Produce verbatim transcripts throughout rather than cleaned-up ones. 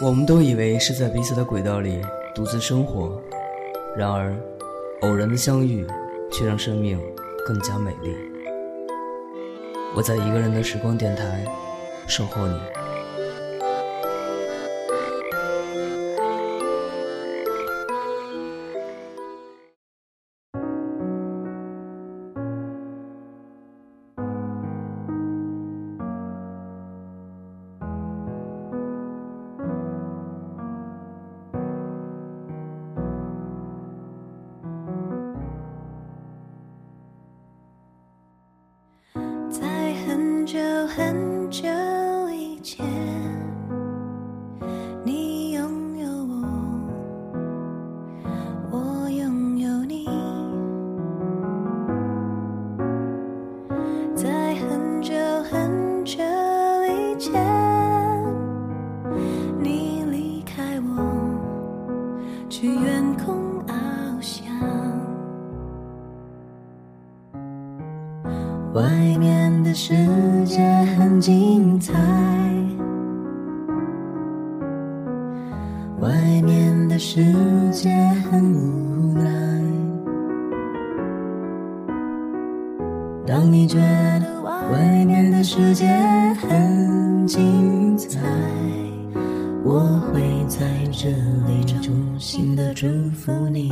我们都以为是在彼此的轨道里独自生活，然而偶然的相遇却让生命更加美丽。我在一个人的时光电台守候你。 很久很久以前，你拥有我，我拥有你。在很久很久以前，你离开我，去远空翱翔。外面的世界很精彩，外面的世界很无奈。当你觉得外面的世界很精彩，我会在这里衷心的祝福你。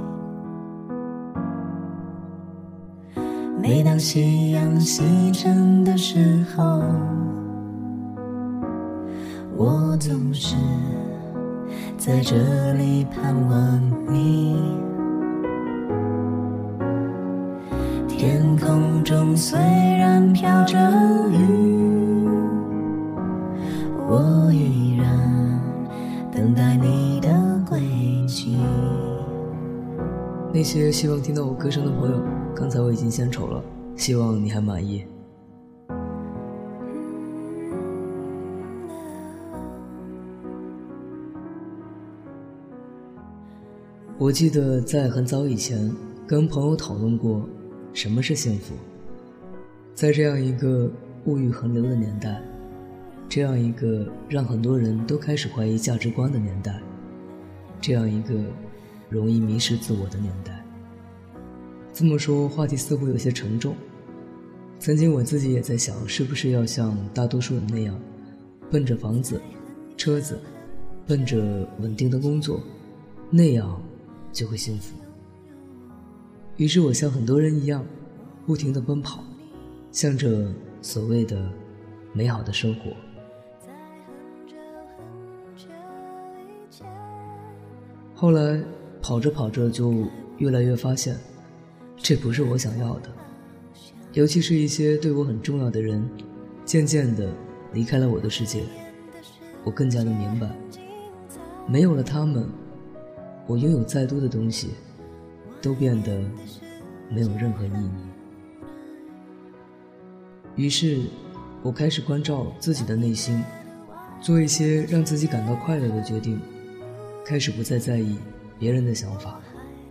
每当夕阳西沉的时候，我总是在这里盼望你。天空中虽然飘着雨，我依然等待你的归期。 那些希望听到我歌声的朋友，刚才我已经献丑了，希望你还满意。我记得在很早以前跟朋友讨论过什么是幸福。在这样一个物欲横流的年代，这样一个让很多人都开始怀疑价值观的年代，这样一个容易迷失自我的年代。这么说话题似乎有些沉重，曾经我自己也在想，是不是要像大多数人那样奔着房子车子，奔着稳定的工作，那样就会幸福。于是我像很多人一样不停地奔跑，向着所谓的美好的生活。后来跑着跑着就越来越发现，这不是我想要的，尤其是一些对我很重要的人渐渐地离开了我的世界，我更加的明白，没有了他们，我拥有再多的东西都变得没有任何意义。于是我开始关照自己的内心，做一些让自己感到快乐的决定，开始不再在意别人的想法。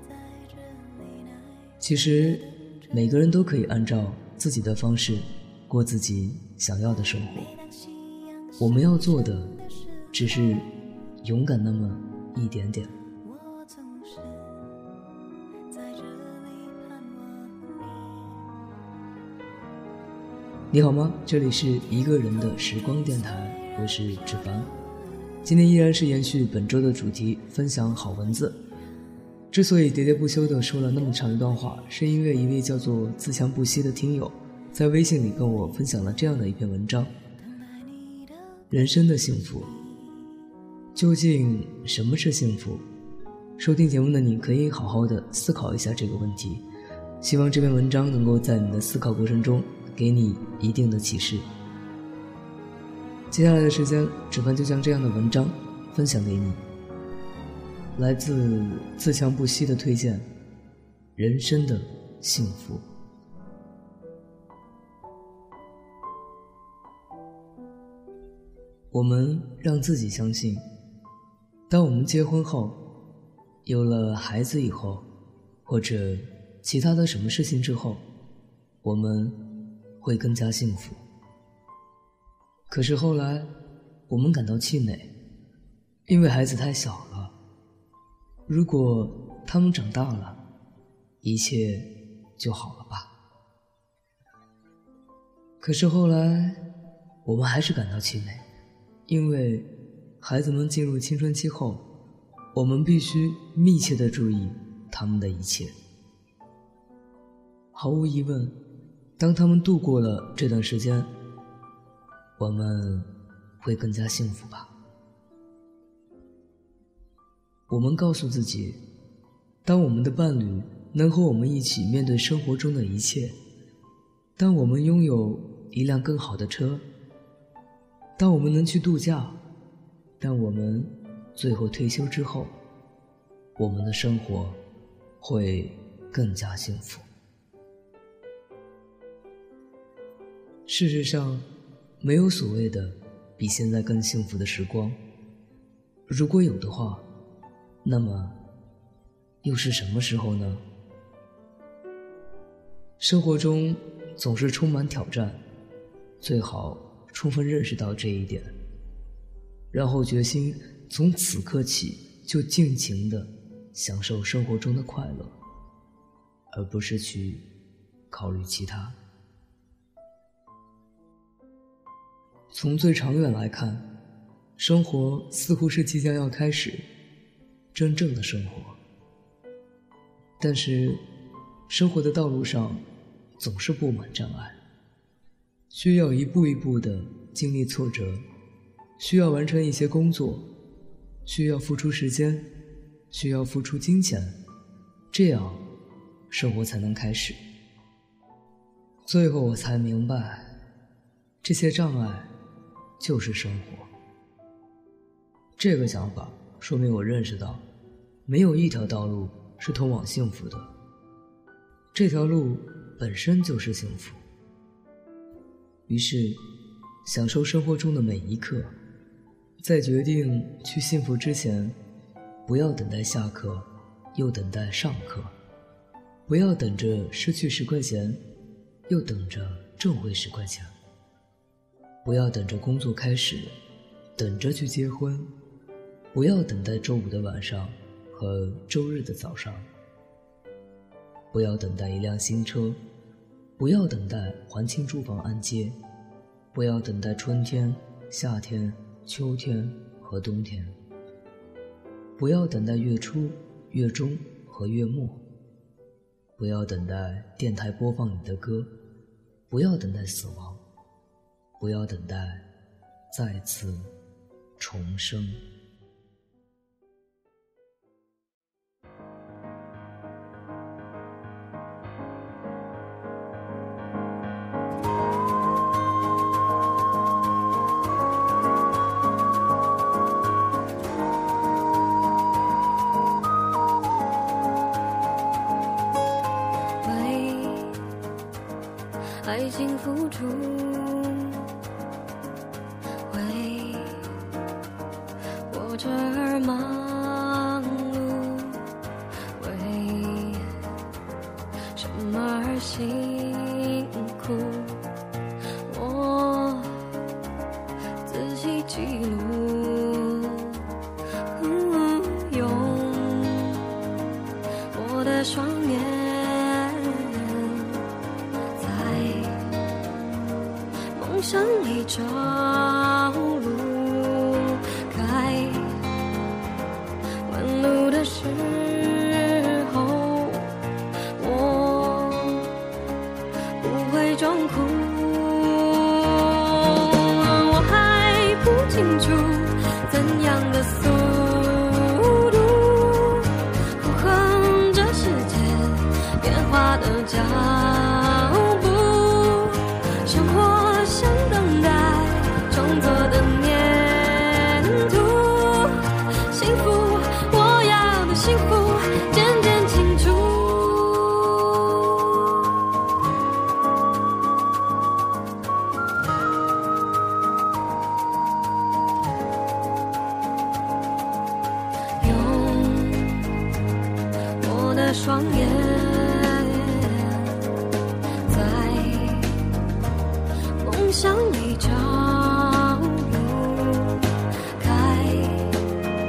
其实每个人都可以按照自己的方式过自己想要的生活，我们要做的只是勇敢那么一点点。你好吗？这里是一个人的时光电台，我是志凡。今天依然是延续本周的主题，分享好文字。之所以喋喋不休地说了那么长一段话，是因为一位叫做自强不息的听友在微信里跟我分享了这样的一篇文章。人生的幸福，究竟什么是幸福？收听节目的你可以好好的思考一下这个问题，希望这篇文章能够在你的思考过程中给你一定的启示。接下来的时间，志凡就将这样的文章分享给你，来自自强不息的推荐，人生的幸福。我们让自己相信，当我们结婚后，有了孩子以后，或者其他的什么事情之后，我们会更加幸福。可是后来我们感到气馁， 因为孩子太小了，如果他们长大了，一切就好了吧。可是后来我们还是感到气馁，因为孩子们进入青春期后，我们必须密切地注意他们的一切。毫无疑问，当他们度过了这段时间，我们会更加幸福吧。我们告诉自己，当我们的伴侣能和我们一起面对生活中的一切，当我们拥有一辆更好的车，当我们能去度假，当我们最后退休之后，我们的生活会更加幸福。事实上，没有所谓的比现在更幸福的时光，如果有的话，那么又是什么时候呢？生活中总是充满挑战，最好充分认识到这一点，然后决心从此刻起就尽情地享受生活中的快乐，而不是去考虑其他。从最长远来看，生活似乎是即将要开始真正的生活，但是生活的道路上总是布满障碍，需要一步一步地经历挫折，需要完成一些工作，需要付出时间，需要付出金钱，这样生活才能开始。最后我才明白，这些障碍就是生活。这个想法说明我认识到，没有一条道路是通往幸福的，这条路本身就是幸福。于是享受生活中的每一刻，在决定去幸福之前，不要等待下课又等待上课，不要等着失去十块钱又等着挣回十块钱，不要等着工作开始等着去结婚，不要等待周五的晚上和周日的早上，不要等待一辆新车，不要等待还清住房按揭，不要等待春天、夏天、秋天和冬天，不要等待月初、月中和月末，不要等待电台播放你的歌，不要等待死亡，不要等待再次重生。 爱情付出，为活着而忙碌，为什么而辛苦，我仔细记录，嗯、用我的双眼梦想里找路，该问路的时候，我不会装哭。我还不清楚怎样的速度符合这世界变化的脚步，生活像等待创作的粘土，幸福，我要的幸福渐渐清楚。用我的双眼梦想里找路，该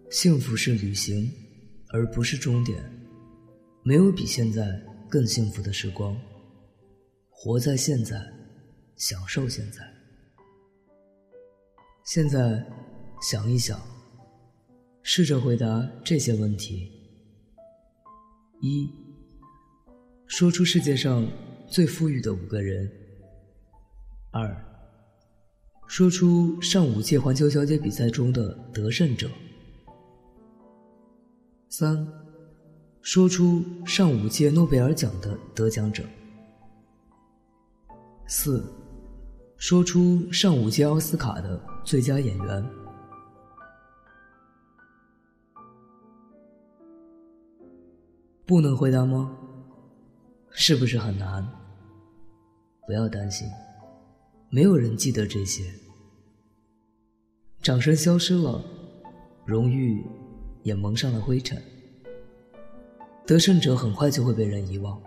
幸福是旅行，而不是终点。没有比现在更幸福的时光。活在现在，享受现在。现在想一想，试着回答这些问题。一，说出世界上最富裕的五个人。二，说出上五届环球小姐比赛中的得胜者。三，说出上五届诺贝尔奖的得奖者。四，说出上五届奥斯卡的最佳演员。不能回答吗？是不是很难？不要担心，没有人记得这些。掌声消失了，荣誉也蒙上了灰尘，得胜者很快就会被人遗忘。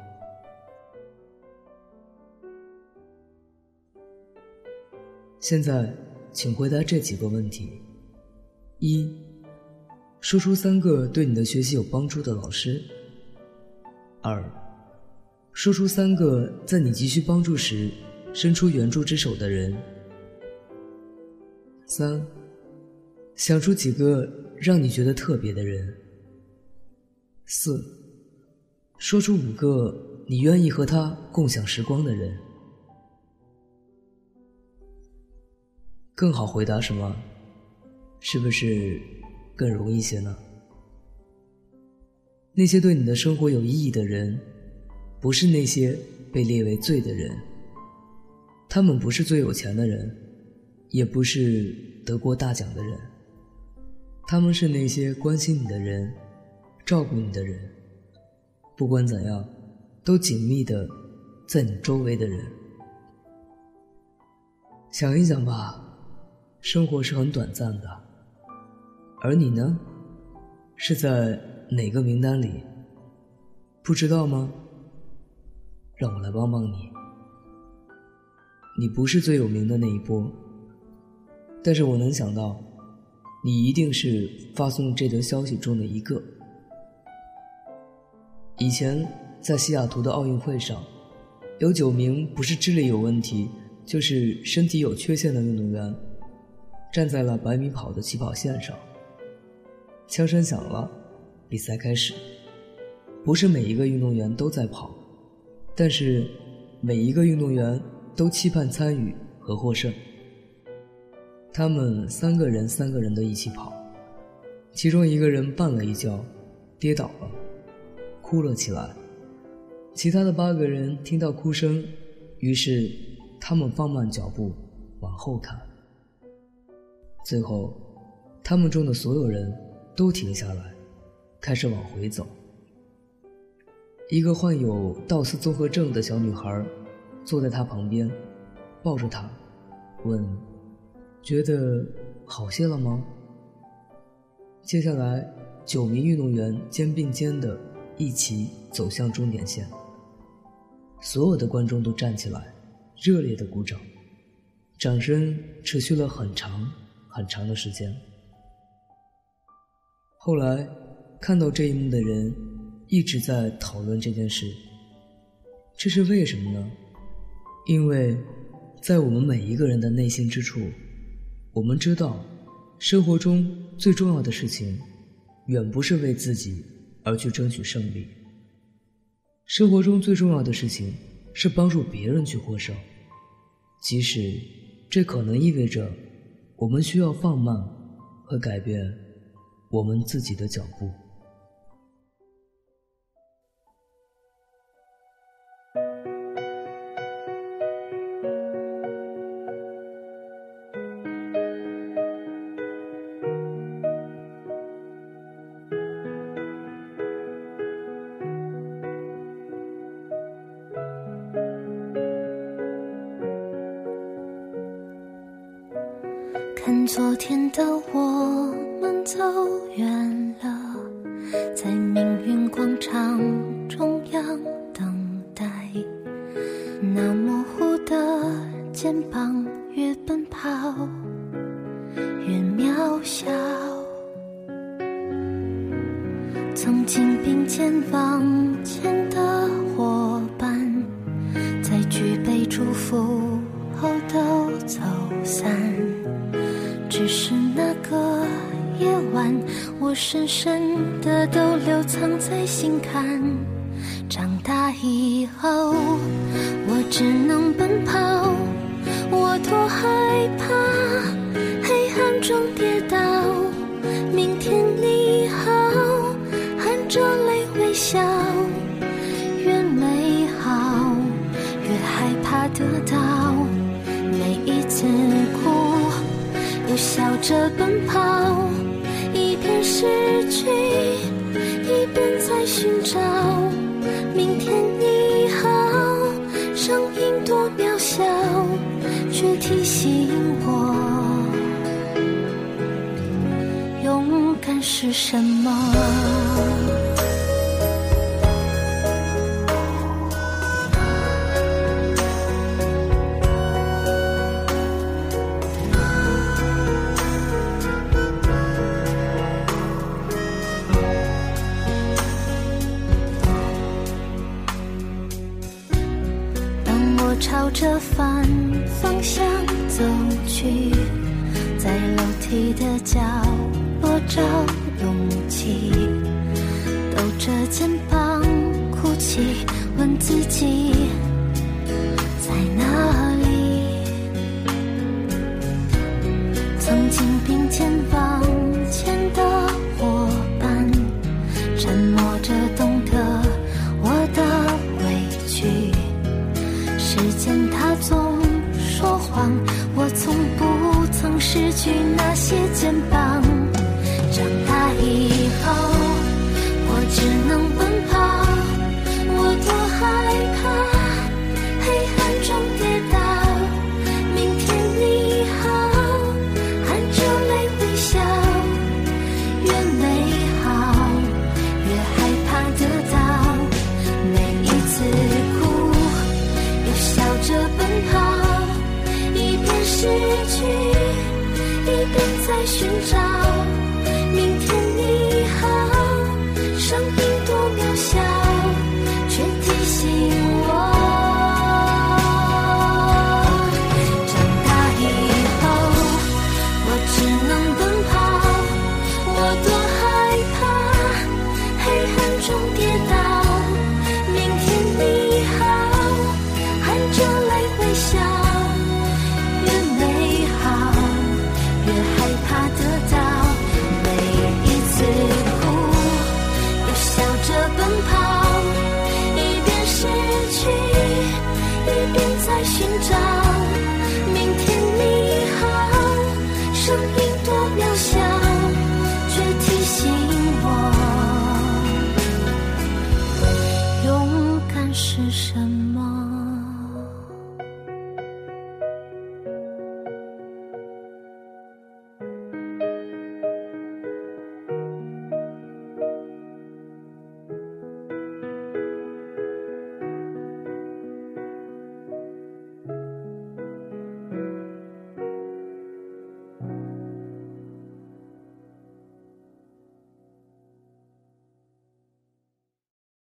现在请回答这几个问题。一，说出三个对你的学习有帮助的老师。二，说出三个在你急需帮助时伸出援助之手的人。三，想出几个让你觉得特别的人。四，说出五个你愿意和他共享时光的人。更好回答什么？是不是更容易些呢？那些对你的生活有意义的人，不是那些被列为罪的人。他们不是最有钱的人，也不是得过大奖的人。他们是那些关心你的人，照顾你的人，不管怎样，都紧密的在你周围的人。想一想吧，生活是很短暂的，而你呢，是在哪个名单里？不知道吗？让我来帮帮你。你不是最有名的那一波，但是我能想到，你一定是发送这则消息中的一个。以前在西雅图的奥运会上，有九名不是智力有问题，就是身体有缺陷的运动员，站在了百米跑的起跑线上。枪声响了，比赛开始。不是每一个运动员都在跑，但是每一个运动员都期盼参与和获胜。他们三个人三个人的一起跑，其中一个人绊了一跤，跌倒了，哭了起来。其他的八个人听到哭声，于是他们放慢脚步往后看。最后，他们中的所有人都停下来，开始往回走。一个患有道斯综合症的小女孩坐在他旁边，抱着他，问：觉得好些了吗？接下来，九名运动员肩并肩的一起走向终点线。所有的观众都站起来，热烈的鼓掌，掌声持续了很长很长的时间。后来，看到这一幕的人一直在讨论这件事。这是为什么呢？因为在我们每一个人的内心之处，我们知道生活中最重要的事情远不是为自己而去争取胜利，生活中最重要的事情是帮助别人去获胜，即使这可能意味着我们需要放慢和改变我们自己的脚步。 看昨天的我们走远了，在命运广场中央等待，那模糊的肩膀越奔跑越渺小。 曾经并肩往前的伙伴，在举杯祝福后都走散。只是那个夜晚，我深深的都留藏在心坎。长大以后，我只能奔跑，我多害怕黑暗中跌倒。明天你好，含着泪微笑，越美好越害怕得到。每一次哭又笑着奔跑，一边失去一边在寻找。明天你好，声音多渺小，却提醒我勇敢是什么。朝着反方向走去，在楼梯的角落找勇气，抖着肩膀哭泣，问自己在哪里。曾经并肩往前的伙伴，沉默着懂得我的委屈。时间它总说谎，我从不曾失去那些肩膀。长大以后，我只能奔跑，我多害怕黑暗中跌倒。明天你好，含着泪微笑，越美好越害怕得到。每一次哭笑着奔跑，一边失去一边在寻找。明天你好，声音多渺小，却提醒我长大以后，我只能奔跑，我多害怕黑暗中跌倒。明天你好，含着泪微笑，越美好越害怕得到。每一次哭又笑着奔跑，一边失去一边在寻找。明天你好，声音多渺小，却提醒我勇敢是什么。